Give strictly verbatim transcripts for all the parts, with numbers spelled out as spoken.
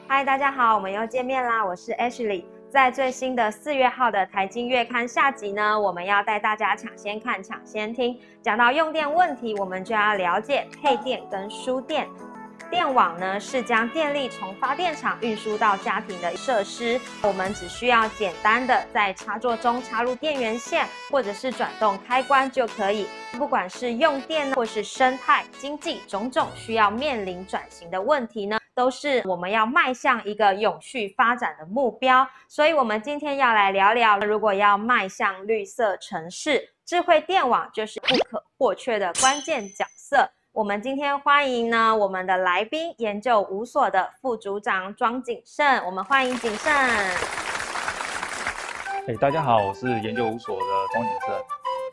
嗨，大家好，我们又见面啦，我是 Ashley。在最新的四月号的财经月刊下集呢，我们要带大家抢先看、抢先听。讲到用电问题，我们就要了解配电跟输电。电网呢是将电力从发电厂运输到家庭的设施，我们只需要简单的在插座中插入电源线，或者是转动开关就可以。不管是用电或是生态、经济种种需要面临转型的问题呢，都是我们要迈向一个永续发展的目标。所以我们今天要来聊聊，如果要迈向绿色城市，智慧电网就是不可或缺的关键角色。我们今天欢迎呢我们的来宾，研究无所的副组长庄景胜，我们欢迎景胜。 hey, 大家好，我是研究无所的庄景胜。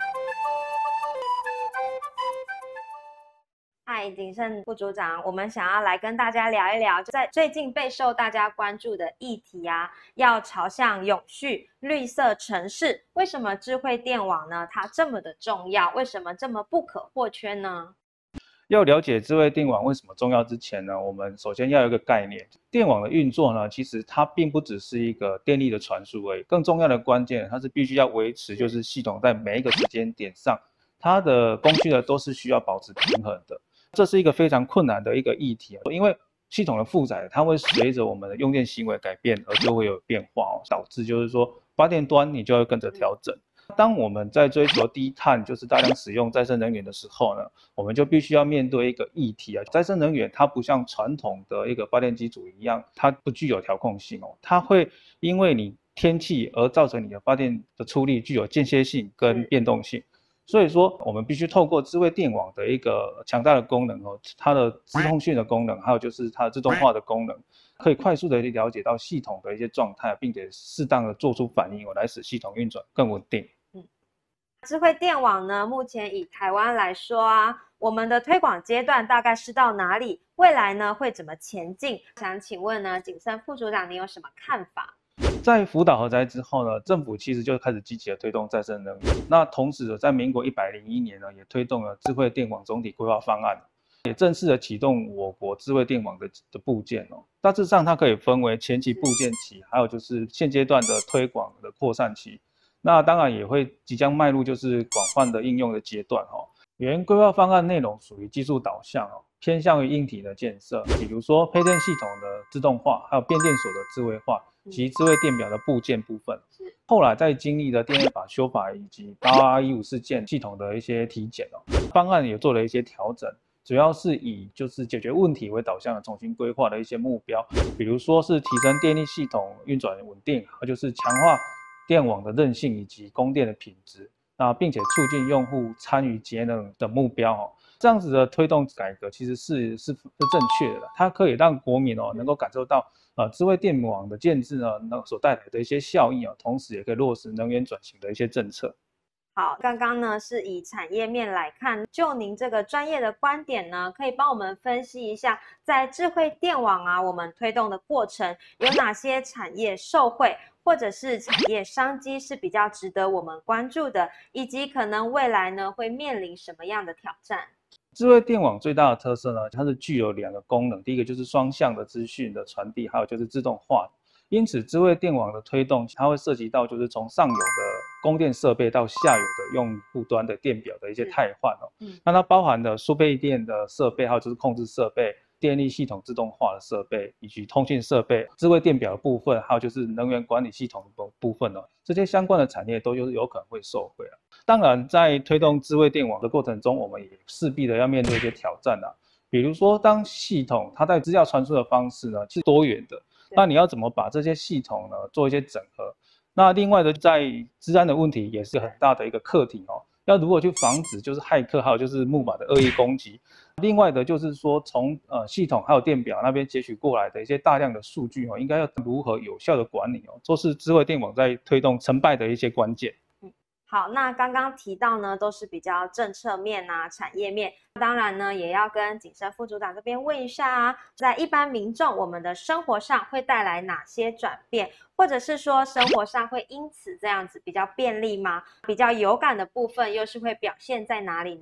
嗨，景胜副组长，我们想要来跟大家聊一聊，在最近备受大家关注的议题啊，要朝向永续绿色城市，为什么智慧电网呢？它这么的重要，为什么这么不可或缺呢？ 要了解智慧电网为什么重要之前呢，我们首先要有一个概念，电网的运作呢，其实它并不只是一个电力的传输而已，更重要的关键，它是必须要维持，就是系统在每一个时间点上，它的供需呢都是需要保持平衡的。这是一个非常困难的一个议题，因为系统的负载，它会随着我们的用电行为改变而就会有变化，导致就是说发电端你就要跟着调整。当我们在追求低碳，就是大量使用再生能源的时候呢，我们就必须要面对一个议题啊，再生能源它不像传统的一个发电机组一样，它不具有调控性哦，它会因为你天气而造成你的发电的出力具有间歇性跟变动性。所以说，我们必须透过智慧电网的一个强大的功能哦，它的资通讯的功能，还有就是它的自动化的功能，可以快速的了解到系统的一些状态，并且适当的做出反应，来使系统运转更稳定。 嗯，智慧电网呢，目前以台湾来说啊，我们的推广阶段大概是到哪里？未来呢会怎么前进？想请问呢，景胜副组长，你有什么看法？ 在福岛核灾之后呢，政府其实就开始积极的推动再生能源。那同时在民国一百零一年呢，也推动了智慧电网总体规划方案，也正式的启动我国智慧电网的的部件哦。大致上它可以分为前期部件期，还有就是现阶段的推广的扩散期。那当然也会即将迈入就是广泛的应用的阶段哦。原规划方案内容属于技术导向哦，偏向于硬体的建设，比如说配电系统的自动化，还有变电所的智慧化。及智慧电表的部件部分，后来在经历了电业法修法以及八二一五事件系统的一些体检哦，方案也做了一些调整，主要是以就是解决问题为导向的重新规划的一些目标，比如说是提升电力系统运转稳定，或就是强化电网的韧性以及供电的品质，那并且促进用户参与节能的目标哦。这样子的推动改革其实是是是正确的，它可以让国民哦能够感受到呃智慧电网的建制呢所带来的一些效益啊，同时也可以落实能源转型的一些政策。 好，刚刚呢是以产业面来看，就您这个专业的观点呢，可以帮我们分析一下，在智慧电网啊我们推动的过程，有哪些产业受惠，或者是产业商机是比较值得我们关注的，以及可能未来呢会面临什么样的挑战？ 智慧电网最大的特色呢，它是具有两个功能，第一个就是双向的资讯的传递，还有就是自动化。因此，智慧电网的推动，它会涉及到就是从上游的供电设备到下游的用户端的电表的一些汰换哦。嗯，那它包含的输配电的设备，还有就是控制设备、电力系统自动化的设备，以及通讯设备、智慧电表的部分，还有就是能源管理系统的部分哦。这些相关的产业都有有可能会受惠啊。当然，在推动智慧电网的过程中，我们也势必的要面对一些挑战啊。比如说，当系统它在资料传输的方式呢是多元的，那你要怎么把这些系统呢做一些整合？那另外的，在资安的问题也是很大的一个课题哦。要如何去防止就是骇客还有就是木马的恶意攻击？另外的就是说，从呃系统还有电表那边截取过来的一些大量的数据哦，应该要如何有效的管理哦，都是智慧电网在推动成败的一些关键。 好，那刚刚提到呢，都是比较政策面啊、产业面，当然呢，也要跟景胜副组长这边问一下啊，在一般民众我们的生活上会带来哪些转变，或者是说生活上会因此这样子比较便利吗？比较有感的部分又是会表现在哪里呢？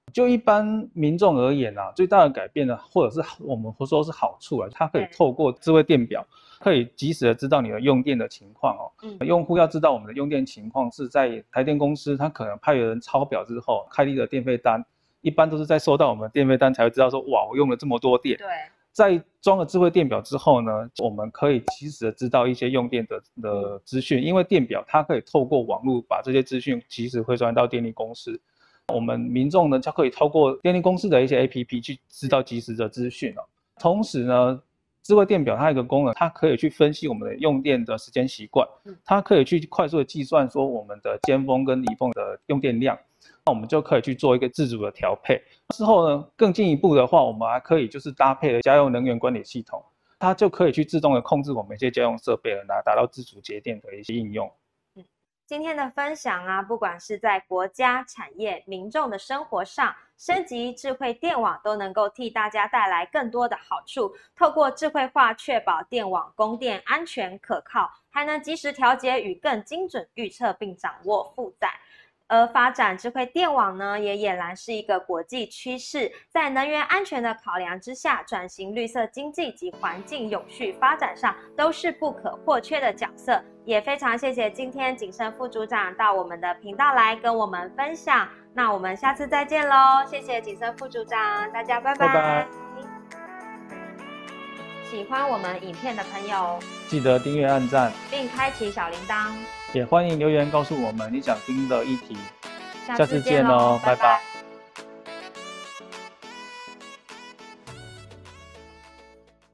就一般民众而言啊，最大的改变呢，或者是我们说是好处啊，它可以透过智慧电表，可以及时的知道你的用电的情况哦。嗯，用户要知道我们的用电情况是在台电公司，他可能派人抄表之后开立的电费单，一般都是在收到我们的电费单才会知道说，哇，我用了这么多电。 对。 在装了智慧电表之后呢，我们可以及时的知道一些用电的的资讯，因为电表它可以透过网络把这些资讯及时回传到电力公司。我们民众呢就可以透过电力公司的一些 A P P 去知道及时的资讯哦。同时呢，智慧电表它有一个功能，它可以去分析我们的用电的时间习惯，它可以去快速的计算说我们的尖峰跟离峰的用电量，那我们就可以去做一个自主的调配。之后呢，更进一步的话，我们还可以就是搭配了家用能源管理系统，它就可以去自动的控制我们一些家用设备了，来达到自主节电的一些应用。 今天的分享啊，不管是在国家、产业、民众的生活上，升级智慧电网都能够替大家带来更多的好处。透过智慧化，确保电网供电安全可靠，还能及时调节与更精准预测，并掌握负载。而发展智慧电网呢，也俨然是一个国际趋势。在能源安全的考量之下，转型绿色经济及环境永续发展上，都是不可或缺的角色。也非常谢谢今天景生副组长到我们的频道来跟我们分享。那我们下次再见喽！谢谢景生副组长，大家拜拜。 拜拜。 喜欢我们影片的朋友， 记得订阅、按赞， 并开启小铃铛。 也欢迎留言告诉我们你想听的议题。 下次见喽，拜拜。